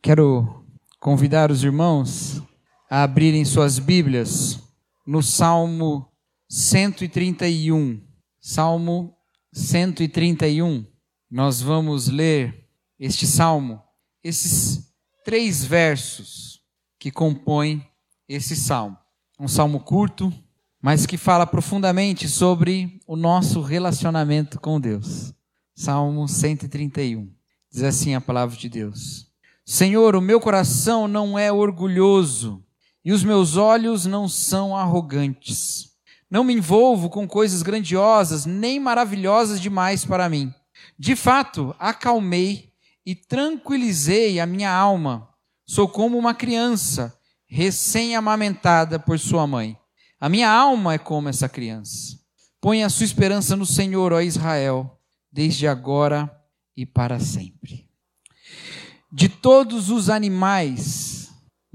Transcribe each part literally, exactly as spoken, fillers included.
Quero convidar os irmãos a abrirem suas Bíblias no Salmo cento e trinta e um. Salmo cento e trinta e um. Nós vamos ler este salmo, esses três versos que compõem esse salmo. Um salmo curto, mas que fala profundamente sobre o nosso relacionamento com Deus. Salmo cento e trinta e um. Diz assim a palavra de Deus: Senhor, o meu coração não é orgulhoso e os meus olhos não são arrogantes. Não me envolvo com coisas grandiosas nem maravilhosas demais para mim. De fato, acalmei e tranquilizei a minha alma. Sou como uma criança recém-amamentada por sua mãe. A minha alma é como essa criança. Põe a sua esperança no Senhor, ó Israel, desde agora e para sempre. De todos os animais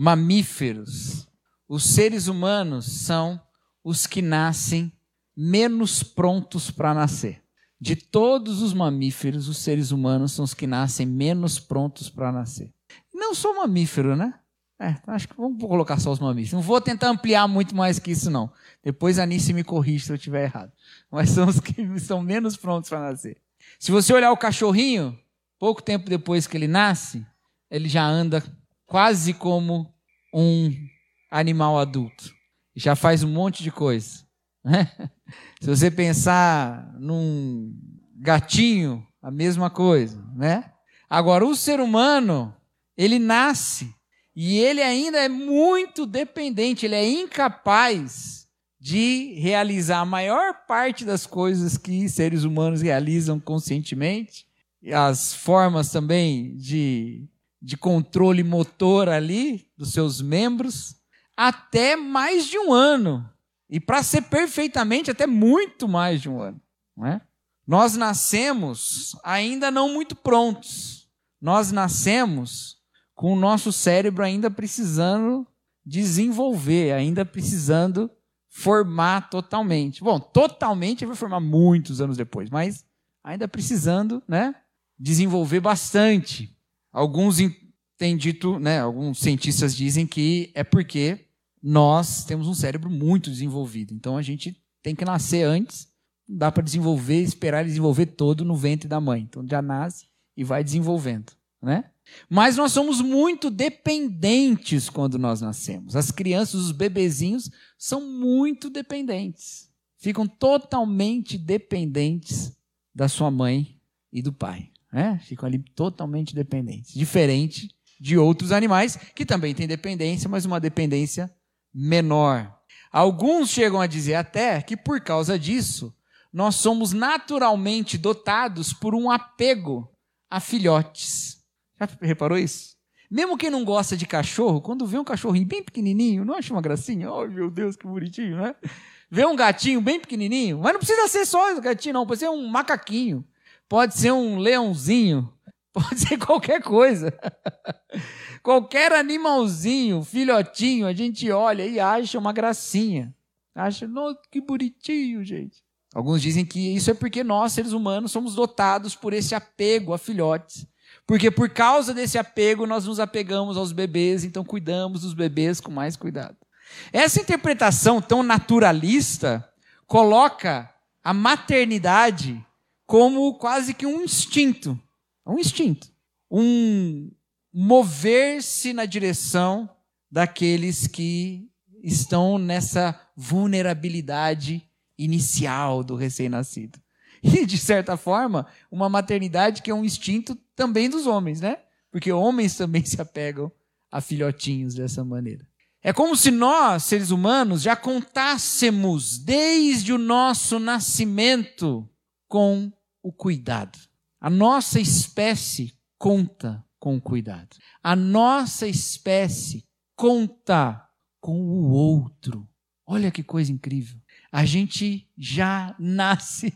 mamíferos, os seres humanos são os que nascem menos prontos para nascer. De todos os mamíferos, os seres humanos são os que nascem menos prontos para nascer. Não sou mamífero, né? É, acho que vamos colocar só os mamíferos. Não vou tentar ampliar muito mais que isso, não. Depois a Anice me corrige se eu estiver errado. Mas são os que são menos prontos para nascer. Se você olhar o cachorrinho, pouco tempo depois que ele nasce, ele já anda quase como um animal adulto. Já faz um monte de coisa. Né? Se você pensar num gatinho, a mesma coisa. Né? Agora, o ser humano, ele nasce e ele ainda é muito dependente, ele é incapaz de realizar a maior parte das coisas que seres humanos realizam conscientemente. E as formas também de, de controle motor ali dos seus membros, até mais de um ano. E para ser perfeitamente, até muito mais de um ano. Não é? Nós nascemos ainda não muito prontos. Nós nascemos com o nosso cérebro ainda precisando desenvolver, ainda precisando formar totalmente. Bom, totalmente vai formar muitos anos depois, mas ainda precisando, né, desenvolver bastante. Alguns têm dito, né, alguns cientistas dizem que é porque nós temos um cérebro muito desenvolvido. Então a gente tem que nascer antes, não dá para desenvolver, esperar ele desenvolver todo no ventre da mãe. Então já nasce e vai desenvolvendo, né? Mas nós somos muito dependentes quando nós nascemos. As crianças, os bebezinhos, são muito dependentes. Ficam totalmente dependentes da sua mãe e do pai. Né? Ficam ali totalmente dependentes. Diferente de outros animais que também têm dependência, mas uma dependência menor. Alguns chegam a dizer até que por causa disso, nós somos naturalmente dotados por um apego a filhotes. Já reparou isso? Mesmo quem não gosta de cachorro, quando vê um cachorrinho bem pequenininho, não acha uma gracinha? Oh, meu Deus, que bonitinho, né? Vê um gatinho bem pequenininho, mas não precisa ser só um gatinho, não. Pode ser um macaquinho, pode ser um leãozinho, pode ser qualquer coisa. Qualquer animalzinho, filhotinho, a gente olha e acha uma gracinha. Acha, nossa, que bonitinho, gente. Alguns dizem que isso é porque nós, seres humanos, somos dotados por esse apego a filhotes. Porque por causa desse apego, nós nos apegamos aos bebês, então cuidamos dos bebês com mais cuidado. Essa interpretação tão naturalista coloca a maternidade como quase que um instinto. Um instinto. Um mover-se na direção daqueles que estão nessa vulnerabilidade inicial do recém-nascido. E, de certa forma, uma maternidade que é um instinto também dos homens, né? Porque homens também se apegam a filhotinhos dessa maneira. É como se nós, seres humanos, já contássemos desde o nosso nascimento com o cuidado. A nossa espécie conta com o cuidado. A nossa espécie conta com o outro. Olha que coisa incrível. A gente já nasce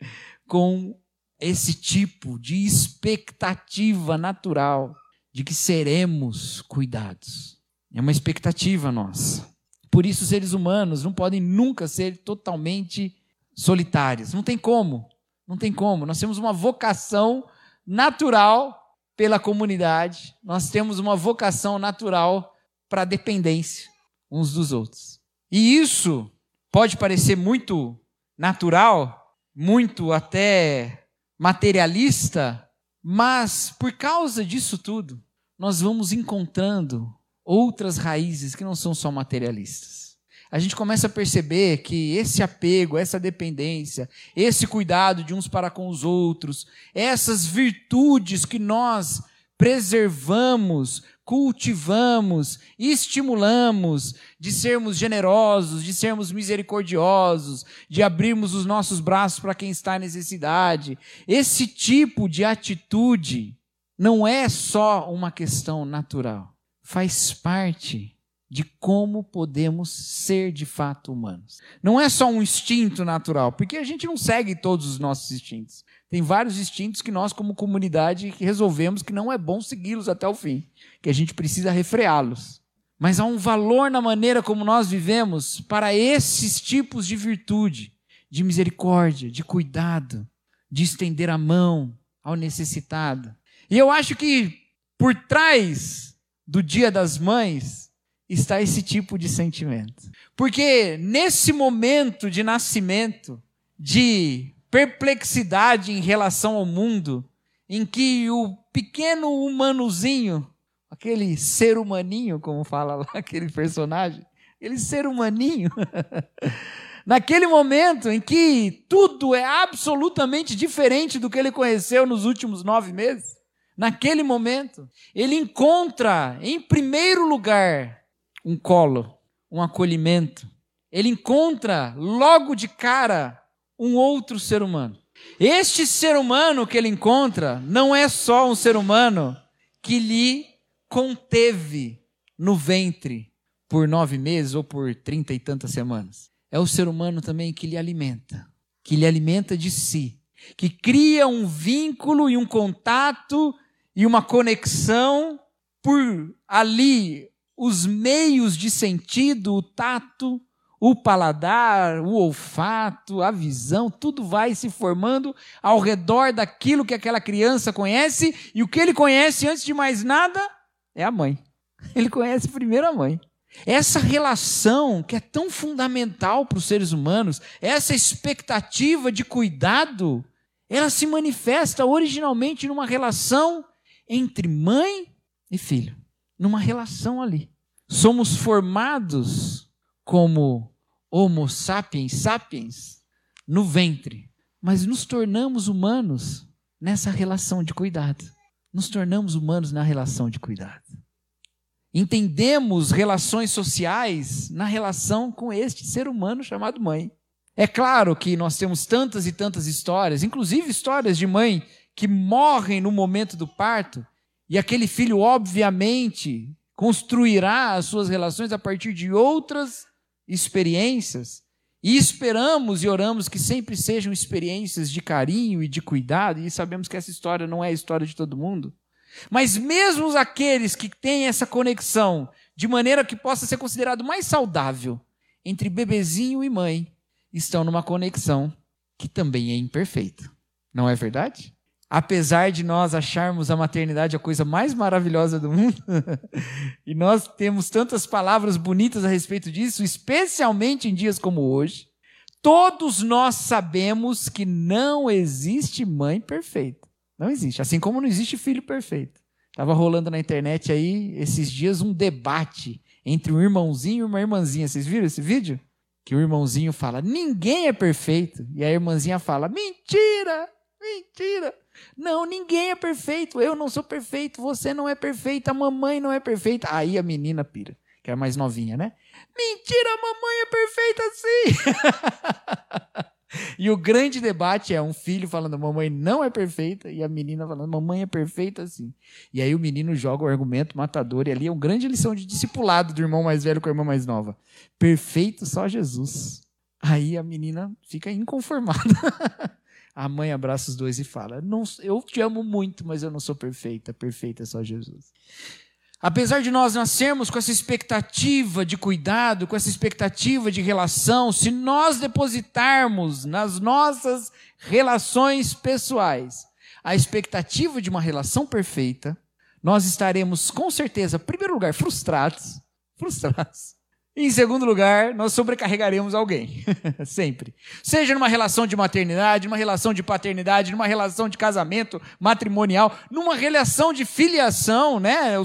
com esse tipo de expectativa natural de que seremos cuidados. É uma expectativa nossa. Por isso, os seres humanos não podem nunca ser totalmente solitários. Não tem como. Não tem como. Nós temos uma vocação natural pela comunidade, nós temos uma vocação natural para a dependência uns dos outros. E isso pode parecer muito natural, muito até materialista, mas por causa disso tudo, nós vamos encontrando outras raízes que não são só materialistas. A gente começa a perceber que esse apego, essa dependência, esse cuidado de uns para com os outros, essas virtudes que nós preservamos, cultivamos, estimulamos, de sermos generosos, de sermos misericordiosos, de abrirmos os nossos braços para quem está em necessidade. Esse tipo de atitude não é só uma questão natural, faz parte de como podemos ser de fato humanos. Não é só um instinto natural, porque a gente não segue todos os nossos instintos. Tem vários instintos que nós, como comunidade, resolvemos que não é bom segui-los até o fim, que a gente precisa refreá-los. Mas há um valor na maneira como nós vivemos para esses tipos de virtude, de misericórdia, de cuidado, de estender a mão ao necessitado. E eu acho que por trás do Dia das Mães está esse tipo de sentimento. Porque nesse momento de nascimento, de perplexidade em relação ao mundo, em que o pequeno humanozinho, aquele ser humaninho, como fala lá aquele personagem, aquele ser humaninho, naquele momento em que tudo é absolutamente diferente do que ele conheceu nos últimos nove meses, naquele momento, ele encontra, em primeiro lugar, um colo, um acolhimento. Ele encontra, logo de cara, um outro ser humano. Este ser humano que ele encontra não é só um ser humano que lhe conteve no ventre por nove meses ou por trinta e tantas semanas. É o ser humano também que lhe alimenta, que lhe alimenta de si, que cria um vínculo e um contato e uma conexão por ali os meios de sentido, o tato, o paladar, o olfato, a visão, tudo vai se formando ao redor daquilo que aquela criança conhece, e o que ele conhece antes de mais nada é a mãe. Ele conhece primeiro a mãe. Essa relação que é tão fundamental para os seres humanos, essa expectativa de cuidado, ela se manifesta originalmente numa relação entre mãe e filho. Numa relação ali. Somos formados como Homo sapiens, sapiens, no ventre, mas nos tornamos humanos nessa relação de cuidado. Nos tornamos humanos na relação de cuidado. Entendemos relações sociais na relação com este ser humano chamado mãe. É claro que nós temos tantas e tantas histórias, inclusive histórias de mãe que morrem no momento do parto, e aquele filho, obviamente, construirá as suas relações a partir de outras experiências. E esperamos e oramos que sempre sejam experiências de carinho e de cuidado. E sabemos que essa história não é a história de todo mundo. Mas mesmo aqueles que têm essa conexão, de maneira que possa ser considerado mais saudável, entre bebezinho e mãe, estão numa conexão que também é imperfeita. Não é verdade? Apesar de nós acharmos a maternidade a coisa mais maravilhosa do mundo, e nós temos tantas palavras bonitas a respeito disso, especialmente em dias como hoje, todos nós sabemos que não existe mãe perfeita. Não existe, assim como não existe filho perfeito. Estava rolando na internet aí, esses dias, um debate entre um irmãozinho e uma irmãzinha. Vocês viram esse vídeo? Que o irmãozinho fala, ninguém é perfeito. E a irmãzinha fala, mentira, mentira. Não, ninguém é perfeito, eu não sou perfeito, você não é perfeita, a mamãe não é perfeita. Aí a menina pira, que é a mais novinha, né? Mentira, a mamãe é perfeita sim! E o grande debate é um filho falando, mamãe não é perfeita, e a menina falando, mamãe é perfeita sim. E aí o menino joga o argumento matador, e ali é uma grande lição de discipulado do irmão mais velho com a irmã mais nova. Perfeito só Jesus. Aí a menina fica inconformada. A mãe abraça os dois e fala, não, eu te amo muito, mas eu não sou perfeita, perfeita é só Jesus. Apesar de nós nascermos com essa expectativa de cuidado, com essa expectativa de relação, se nós depositarmos nas nossas relações pessoais a expectativa de uma relação perfeita, nós estaremos, com certeza, em primeiro lugar, frustrados. Frustrados. E, em segundo lugar, nós sobrecarregaremos alguém. Sempre. Seja numa relação de maternidade, numa relação de paternidade, numa relação de casamento matrimonial, numa relação de filiação, né?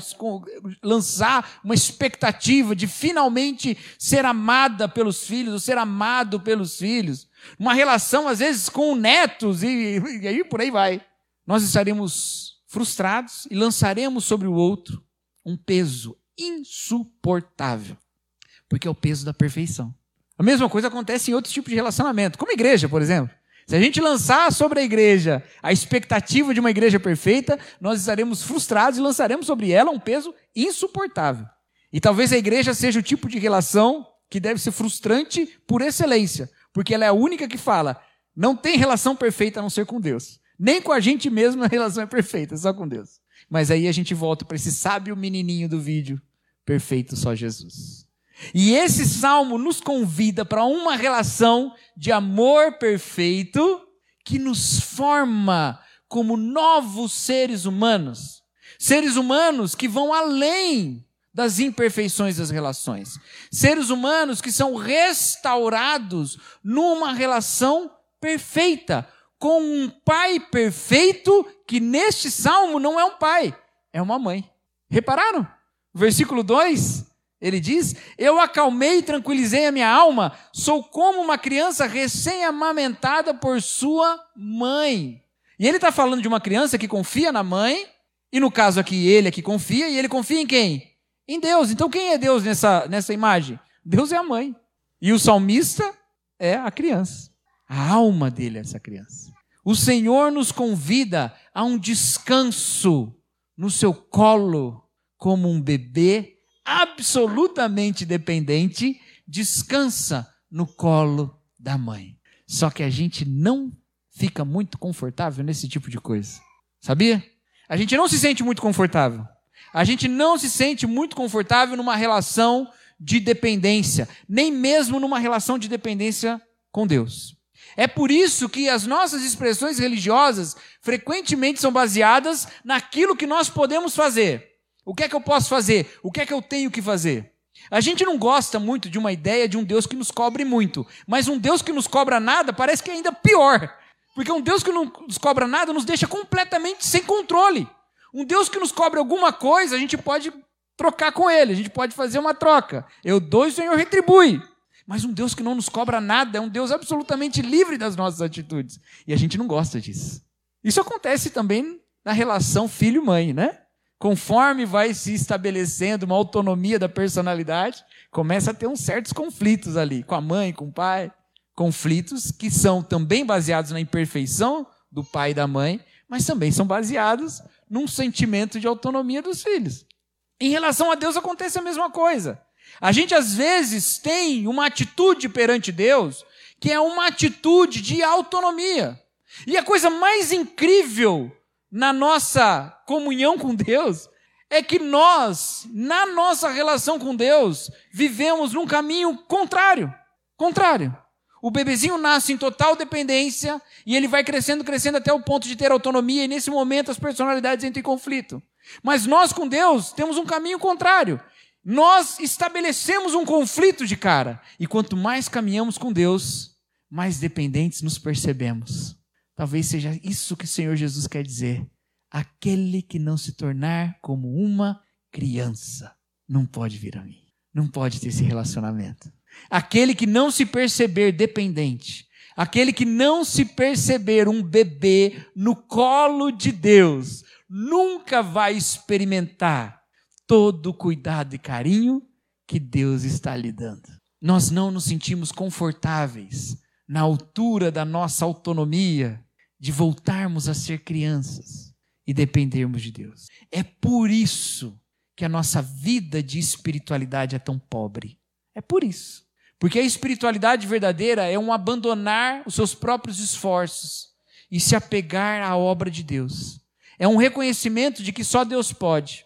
Lançar uma expectativa de finalmente ser amada pelos filhos, ou ser amado pelos filhos. Uma relação, às vezes, com netos, e, e aí por aí vai. Nós estaremos frustrados e lançaremos sobre o outro um peso insuportável, porque é o peso da perfeição. A mesma coisa acontece em outros tipos de relacionamento, como a igreja, por exemplo. Se a gente lançar sobre a igreja a expectativa de uma igreja perfeita, nós estaremos frustrados e lançaremos sobre ela um peso insuportável. E talvez a igreja seja o tipo de relação que deve ser frustrante por excelência, porque ela é a única que fala, não tem relação perfeita a não ser com Deus. Nem com a gente mesmo a relação é perfeita, só com Deus. Mas aí a gente volta para esse sábio menininho do vídeo, perfeito só Jesus. E esse salmo nos convida para uma relação de amor perfeito que nos forma como novos seres humanos. Seres humanos que vão além das imperfeições das relações. Seres humanos que são restaurados numa relação perfeita, com um pai perfeito, que neste salmo não é um pai, é uma mãe. Repararam? Versículo dois, ele diz, eu acalmei e tranquilizei a minha alma, sou como uma criança recém-amamentada por sua mãe. E ele está falando de uma criança que confia na mãe, e no caso aqui ele é que confia, e ele confia em quem? Em Deus. Então quem é Deus nessa, nessa imagem? Deus é a mãe. E o salmista é a criança. A alma dele é essa criança. O Senhor nos convida a um descanso no seu colo, como um bebê absolutamente dependente descansa no colo da mãe. Só que a gente não fica muito confortável nesse tipo de coisa. Sabia? A gente não se sente muito confortável. A gente não se sente muito confortável numa relação de dependência, nem mesmo numa relação de dependência com Deus. É por isso que as nossas expressões religiosas frequentemente são baseadas naquilo que nós podemos fazer. O que é que eu posso fazer? O que é que eu tenho que fazer? A gente não gosta muito de uma ideia de um Deus que nos cobre muito, mas um Deus que nos cobra nada parece que é ainda pior. Porque um Deus que não nos cobra nada nos deixa completamente sem controle. Um Deus que nos cobra alguma coisa, a gente pode trocar com ele, a gente pode fazer uma troca. Eu dou e o Senhor retribui. Mas um Deus que não nos cobra nada é um Deus absolutamente livre das nossas atitudes. E a gente não gosta disso. Isso acontece também na relação filho-mãe, né? Conforme vai se estabelecendo uma autonomia da personalidade, começa a ter uns certos conflitos ali, com a mãe, com o pai. Conflitos que são também baseados na imperfeição do pai e da mãe, mas também são baseados num sentimento de autonomia dos filhos. Em relação a Deus acontece a mesma coisa. A gente às vezes tem uma atitude perante Deus que é uma atitude de autonomia. E a coisa mais incrível na nossa comunhão com Deus é que nós, na nossa relação com Deus, vivemos num caminho contrário. Contrário. O bebezinho nasce em total dependência e ele vai crescendo, crescendo até o ponto de ter autonomia e nesse momento as personalidades entram em conflito. Mas nós com Deus temos um caminho contrário. Nós estabelecemos um conflito de cara. E quanto mais caminhamos com Deus, mais dependentes nos percebemos. Talvez seja isso que o Senhor Jesus quer dizer. Aquele que não se tornar como uma criança não pode vir a mim. Não pode ter esse relacionamento. Aquele que não se perceber dependente, aquele que não se perceber um bebê no colo de Deus, nunca vai experimentar todo o cuidado e carinho que Deus está lhe dando. Nós não nos sentimos confortáveis na altura da nossa autonomia de voltarmos a ser crianças e dependermos de Deus. É por isso que a nossa vida de espiritualidade é tão pobre. É por isso. Porque a espiritualidade verdadeira é um abandonar os seus próprios esforços e se apegar à obra de Deus. É um reconhecimento de que só Deus pode.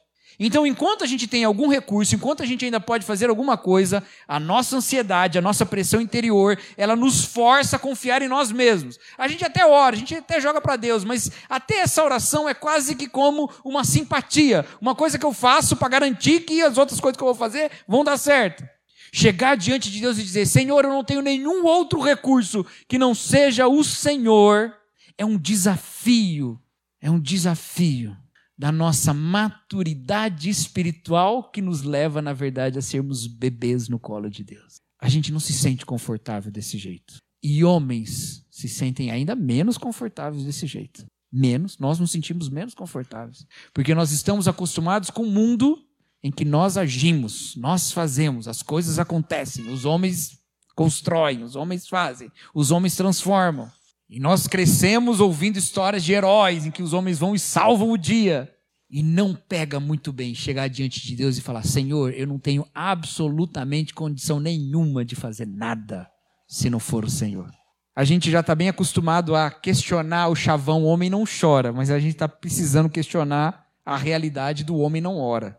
Então, enquanto a gente tem algum recurso, enquanto a gente ainda pode fazer alguma coisa, a nossa ansiedade, a nossa pressão interior, ela nos força a confiar em nós mesmos. A gente até ora, a gente até joga para Deus, mas até essa oração é quase que como uma simpatia, uma coisa que eu faço para garantir que as outras coisas que eu vou fazer vão dar certo. Chegar diante de Deus e dizer, Senhor, eu não tenho nenhum outro recurso que não seja o Senhor, é um desafio, é um desafio da nossa maturidade espiritual que nos leva, na verdade, a sermos bebês no colo de Deus. A gente não se sente confortável desse jeito. E homens se sentem ainda menos confortáveis desse jeito. Menos, nós nos sentimos menos confortáveis. Porque nós estamos acostumados com o mundo em que nós agimos, nós fazemos, as coisas acontecem, os homens constroem, os homens fazem, os homens transformam. E nós crescemos ouvindo histórias de heróis em que os homens vão e salvam o dia. E não pega muito bem chegar diante de Deus e falar, Senhor, eu não tenho absolutamente condição nenhuma de fazer nada se não for o Senhor. A gente já está bem acostumado a questionar o chavão, o homem não chora, mas a gente está precisando questionar a realidade do homem não ora.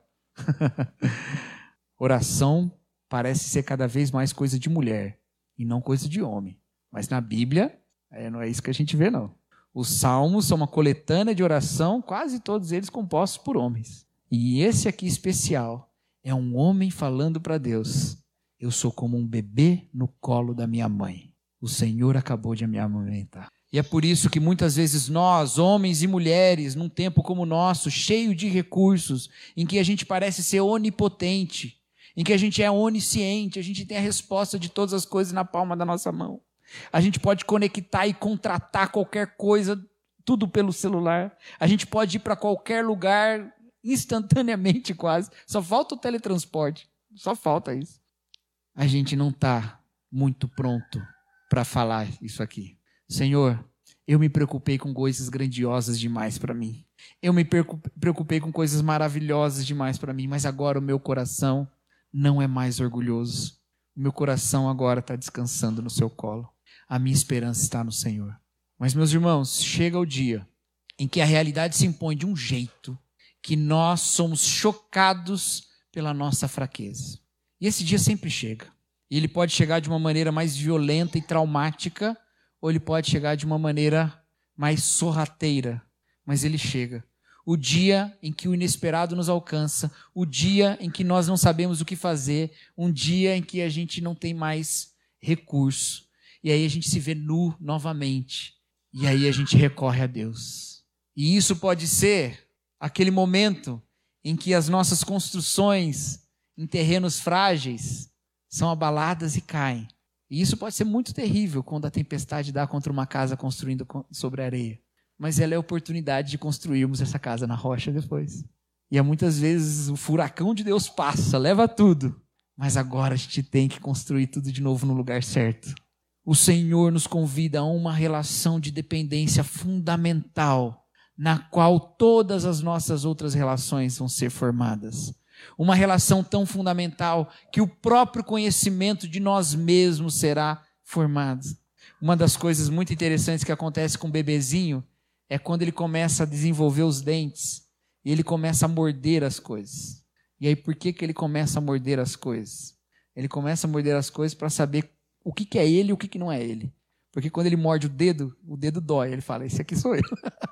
Oração parece ser cada vez mais coisa de mulher e não coisa de homem. Mas na Bíblia, é, não é isso que a gente vê, não. Os salmos são uma coletânea de oração, quase todos eles compostos por homens. E esse aqui especial é um homem falando para Deus, eu sou como um bebê no colo da minha mãe. O Senhor acabou de me amamentar. E é por isso que muitas vezes nós, homens e mulheres, num tempo como o nosso, cheio de recursos, em que a gente parece ser onipotente, em que a gente é onisciente, a gente tem a resposta de todas as coisas na palma da nossa mão. A gente pode conectar e contratar qualquer coisa, tudo pelo celular. A gente pode ir para qualquer lugar instantaneamente quase. Só falta o teletransporte, só falta isso. A gente não está muito pronto para falar isso aqui. Senhor, eu me preocupei com coisas grandiosas demais para mim. Eu me preocupei com coisas maravilhosas demais para mim, mas agora o meu coração não é mais orgulhoso. O meu coração agora está descansando no seu colo. A minha esperança está no Senhor. Mas, meus irmãos, chega o dia em que a realidade se impõe de um jeito que nós somos chocados pela nossa fraqueza. E esse dia sempre chega. E ele pode chegar de uma maneira mais violenta e traumática, ou ele pode chegar de uma maneira mais sorrateira, mas ele chega. O dia em que o inesperado nos alcança, o dia em que nós não sabemos o que fazer, um dia em que a gente não tem mais recurso. E aí a gente se vê nu novamente. E aí a gente recorre a Deus. E isso pode ser aquele momento em que as nossas construções em terrenos frágeis são abaladas e caem. E isso pode ser muito terrível quando a tempestade dá contra uma casa construindo sobre a areia. Mas ela é a oportunidade de construirmos essa casa na rocha depois. E muitas vezes o furacão de Deus passa, leva tudo. Mas agora a gente tem que construir tudo de novo no lugar certo. O Senhor nos convida a uma relação de dependência fundamental, na qual todas as nossas outras relações vão ser formadas. Uma relação tão fundamental que o próprio conhecimento de nós mesmos será formado. Uma das coisas muito interessantes que acontece com o bebezinho é quando ele começa a desenvolver os dentes e ele começa a morder as coisas. E aí por que que ele começa a morder as coisas? Ele começa a morder as coisas para saber o que que é ele e o que que não é ele. Porque quando ele morde o dedo, o dedo dói. Ele fala, esse aqui sou eu.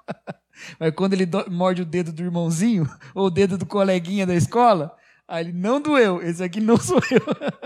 Mas quando ele do, morde o dedo do irmãozinho, ou o dedo do coleguinha da escola, aí ele, não doeu, esse aqui não sou eu.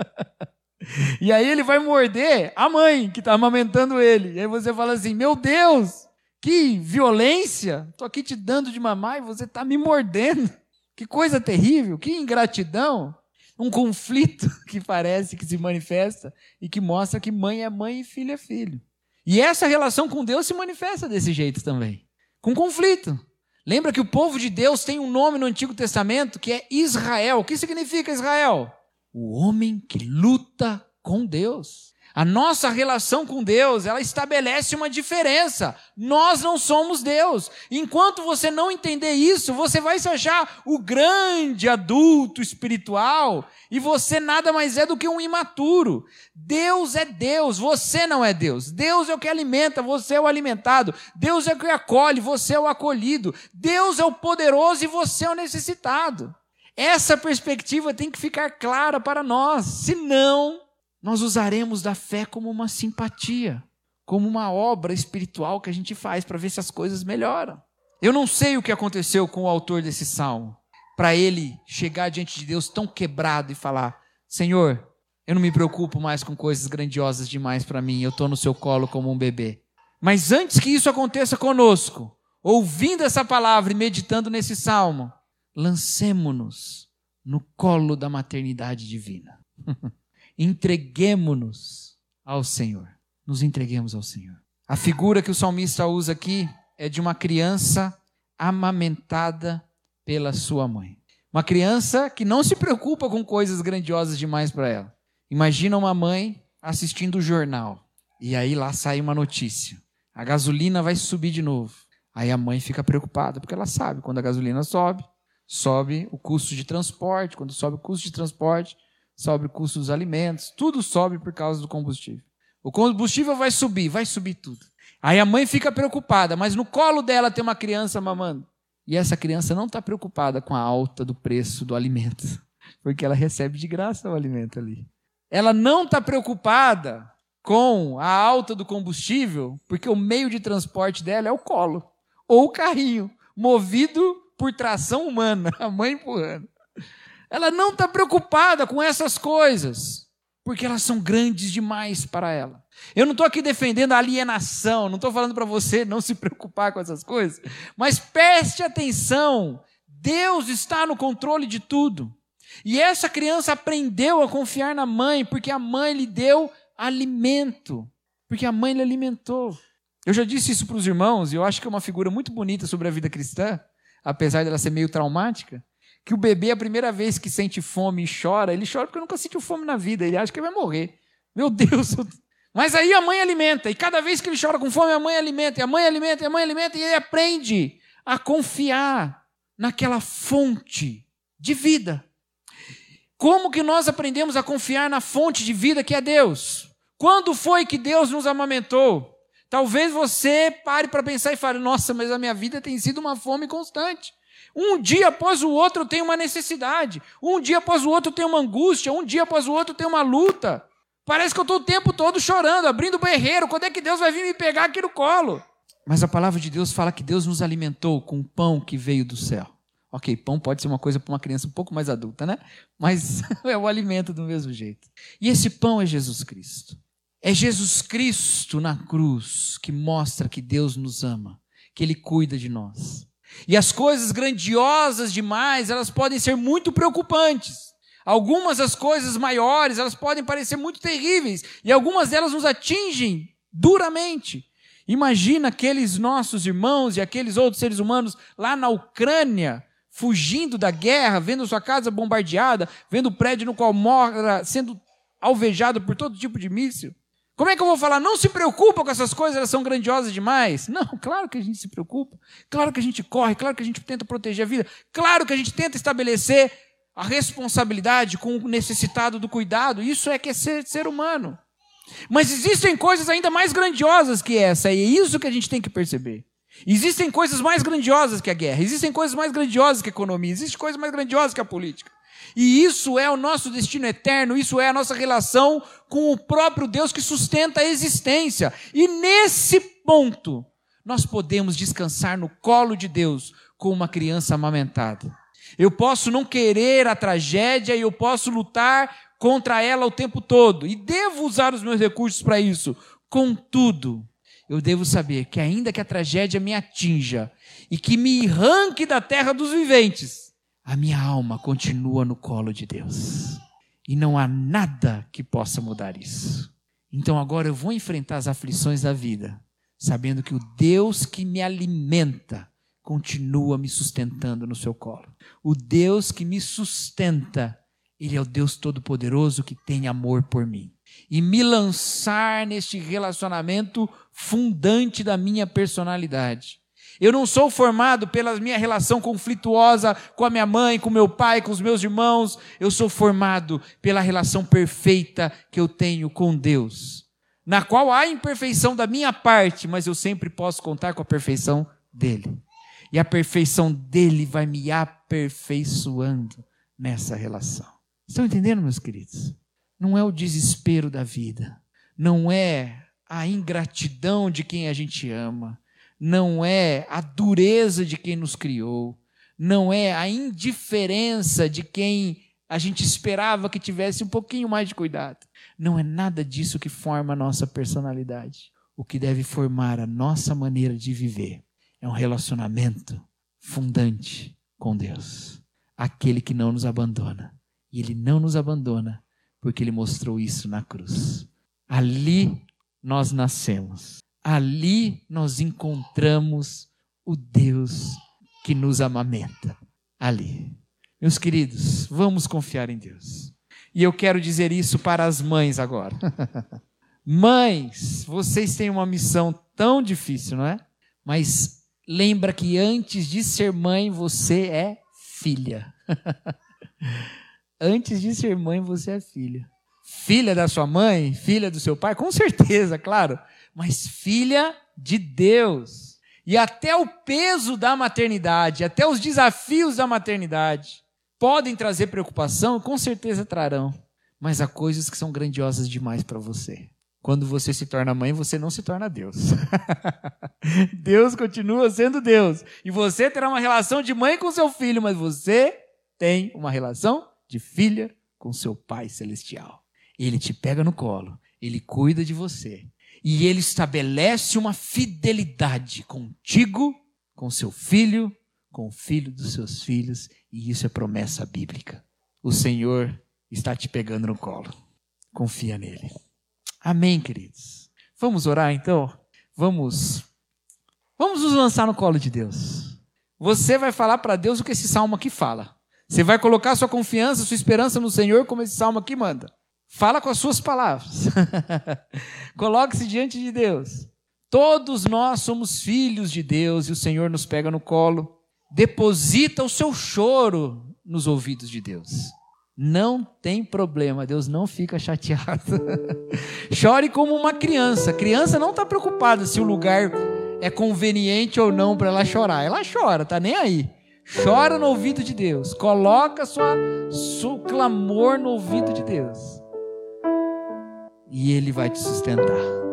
E aí ele vai morder a mãe que está amamentando ele. E aí você fala assim, meu Deus, que violência, estou aqui te dando de mamar e você está me mordendo. Que coisa terrível, que ingratidão. Um conflito que parece que se manifesta e que mostra que mãe é mãe e filho é filho. E essa relação com Deus se manifesta desse jeito também. Com conflito. Lembra que o povo de Deus tem um nome no Antigo Testamento que é Israel. O que significa Israel? O homem que luta com Deus. A nossa relação com Deus, ela estabelece uma diferença. Nós não somos Deus. Enquanto você não entender isso, você vai se achar o grande adulto espiritual e você nada mais é do que um imaturo. Deus é Deus, você não é Deus. Deus é o que alimenta, você é o alimentado. Deus é o que acolhe, você é o acolhido. Deus é o poderoso e você é o necessitado. Essa perspectiva tem que ficar clara para nós, senão nós usaremos da fé como uma simpatia, como uma obra espiritual que a gente faz para ver se as coisas melhoram. Eu não sei o que aconteceu com o autor desse salmo, para ele chegar diante de Deus tão quebrado e falar: Senhor, eu não me preocupo mais com coisas grandiosas demais para mim, eu estou no seu colo como um bebê. Mas antes que isso aconteça conosco, ouvindo essa palavra e meditando nesse salmo, lancemo-nos no colo da maternidade divina. Entreguemo-nos ao Senhor. Nos entreguemos ao Senhor. A figura que o salmista usa aqui é de uma criança amamentada pela sua mãe. Uma criança que não se preocupa com coisas grandiosas demais para ela. Imagina uma mãe assistindo o jornal. E aí lá sai uma notícia. A gasolina vai subir de novo. Aí a mãe fica preocupada, porque ela sabe, quando a gasolina sobe, sobe o custo de transporte. Quando sobe o custo de transporte, sobe o custo dos alimentos. Tudo sobe por causa do combustível. O combustível vai subir, vai subir tudo. Aí a mãe fica preocupada, mas no colo dela tem uma criança mamando. E essa criança não está preocupada com a alta do preço do alimento, porque ela recebe de graça o alimento ali. Ela não está preocupada com a alta do combustível, porque o meio de transporte dela é o colo, ou o carrinho, movido por tração humana, a mãe empurrando. Ela não está preocupada com essas coisas, porque elas são grandes demais para ela. Eu não estou aqui defendendo a alienação, não estou falando para você não se preocupar com essas coisas, mas preste atenção, Deus está no controle de tudo. E essa criança aprendeu a confiar na mãe, porque a mãe lhe deu alimento, porque a mãe lhe alimentou. Eu já disse isso para os irmãos, e eu acho que é uma figura muito bonita sobre a vida cristã, apesar dela ser meio traumática, que o bebê, a primeira vez que sente fome e chora, ele chora porque nunca sentiu fome na vida, ele acha que ele vai morrer. Meu Deus! Mas aí a mãe alimenta, e cada vez que ele chora com fome, a mãe alimenta, e a mãe alimenta, e a mãe alimenta, e ele aprende a confiar naquela fonte de vida. Como que nós aprendemos a confiar na fonte de vida que é Deus? Quando foi que Deus nos amamentou? Talvez você pare para pensar e fale: nossa, mas a minha vida tem sido uma fome constante. Um dia após o outro eu tenho uma necessidade. Um dia após o outro eu tenho uma angústia. Um dia após o outro eu tenho uma luta. Parece que eu estou o tempo todo chorando, abrindo o berreiro. Quando é que Deus vai vir me pegar aqui no colo? Mas a palavra de Deus fala que Deus nos alimentou com o pão que veio do céu. Ok, pão pode ser uma coisa para uma criança um pouco mais adulta, né? Mas é o alimento do mesmo jeito. E esse pão é Jesus Cristo. É Jesus Cristo na cruz que mostra que Deus nos ama, que Ele cuida de nós. E as coisas grandiosas demais, elas podem ser muito preocupantes. Algumas das coisas maiores, elas podem parecer muito terríveis. E algumas delas nos atingem duramente. Imagina aqueles nossos irmãos e aqueles outros seres humanos lá na Ucrânia, fugindo da guerra, vendo sua casa bombardeada, vendo o prédio no qual mora sendo alvejado por todo tipo de míssil. Como é que eu vou falar? Não se preocupa com essas coisas, elas são grandiosas demais. Não, claro que a gente se preocupa. Claro que a gente corre, claro que a gente tenta proteger a vida. Claro que a gente tenta estabelecer a responsabilidade com o necessitado do cuidado. Isso é que é ser, ser humano. Mas existem coisas ainda mais grandiosas que essa, e é isso que a gente tem que perceber. Existem coisas mais grandiosas que a guerra, existem coisas mais grandiosas que a economia, existem coisas mais grandiosas que a política. E isso é o nosso destino eterno, isso é a nossa relação com o próprio Deus que sustenta a existência. E nesse ponto, nós podemos descansar no colo de Deus como uma criança amamentada. Eu posso não querer a tragédia e eu posso lutar contra ela o tempo todo. E devo usar os meus recursos para isso. Contudo, eu devo saber que ainda que a tragédia me atinja e que me arranque da terra dos viventes, a minha alma continua no colo de Deus. E não há nada que possa mudar isso. Então agora eu vou enfrentar as aflições da vida, sabendo que o Deus que me alimenta continua me sustentando no seu colo. O Deus que me sustenta, Ele é o Deus Todo-Poderoso que tem amor por mim. E me lançar neste relacionamento fundante da minha personalidade. Eu não sou formado pela minha relação conflituosa com a minha mãe, com meu pai, com os meus irmãos. Eu sou formado pela relação perfeita que eu tenho com Deus, na qual há imperfeição da minha parte, mas eu sempre posso contar com a perfeição dele. E a perfeição dele vai me aperfeiçoando nessa relação. Estão entendendo, meus queridos? Não é o desespero da vida, não é a ingratidão de quem a gente ama, não é a dureza de quem nos criou, não é a indiferença de quem a gente esperava que tivesse um pouquinho mais de cuidado. Não é nada disso que forma a nossa personalidade. O que deve formar a nossa maneira de viver é um relacionamento fundante com Deus, aquele que não nos abandona. E Ele não nos abandona porque Ele mostrou isso na cruz. Ali nós nascemos, ali nós encontramos o Deus que nos amamenta. Ali. Meus queridos, vamos confiar em Deus. E eu quero dizer isso para as mães agora. Mães, vocês têm uma missão tão difícil, não é? Mas lembra que antes de ser mãe, você é filha. Antes de ser mãe, você é filha. Filha da sua mãe, filha do seu pai, com certeza, claro. Mas filha de Deus. E até o peso da maternidade, até os desafios da maternidade podem trazer preocupação, com certeza trarão. Mas há coisas que são grandiosas demais para você. Quando você se torna mãe, você não se torna Deus. Deus continua sendo Deus. E você terá uma relação de mãe com seu filho, mas você tem uma relação de filha com seu Pai Celestial. Ele te pega no colo, Ele cuida de você. E Ele estabelece uma fidelidade contigo, com seu filho, com o filho dos seus filhos. E isso é promessa bíblica. O Senhor está te pegando no colo. Confia nele. Amém, queridos. Vamos orar então? Vamos, vamos nos lançar no colo de Deus. Você vai falar para Deus o que esse salmo aqui fala. Você vai colocar sua confiança, sua esperança no Senhor, como esse salmo aqui manda. Fala com as suas palavras. Coloque-se diante de Deus. Todos nós somos filhos de Deus e o Senhor nos pega no colo. Deposita o seu choro nos ouvidos de Deus. Não tem problema, Deus não fica chateado. Chore como uma criança. A criança não está preocupada se o lugar é conveniente ou não para ela chorar. Ela chora, está nem aí. Chora no ouvido de Deus. Coloca sua, seu clamor no ouvido de Deus. E Ele vai te sustentar.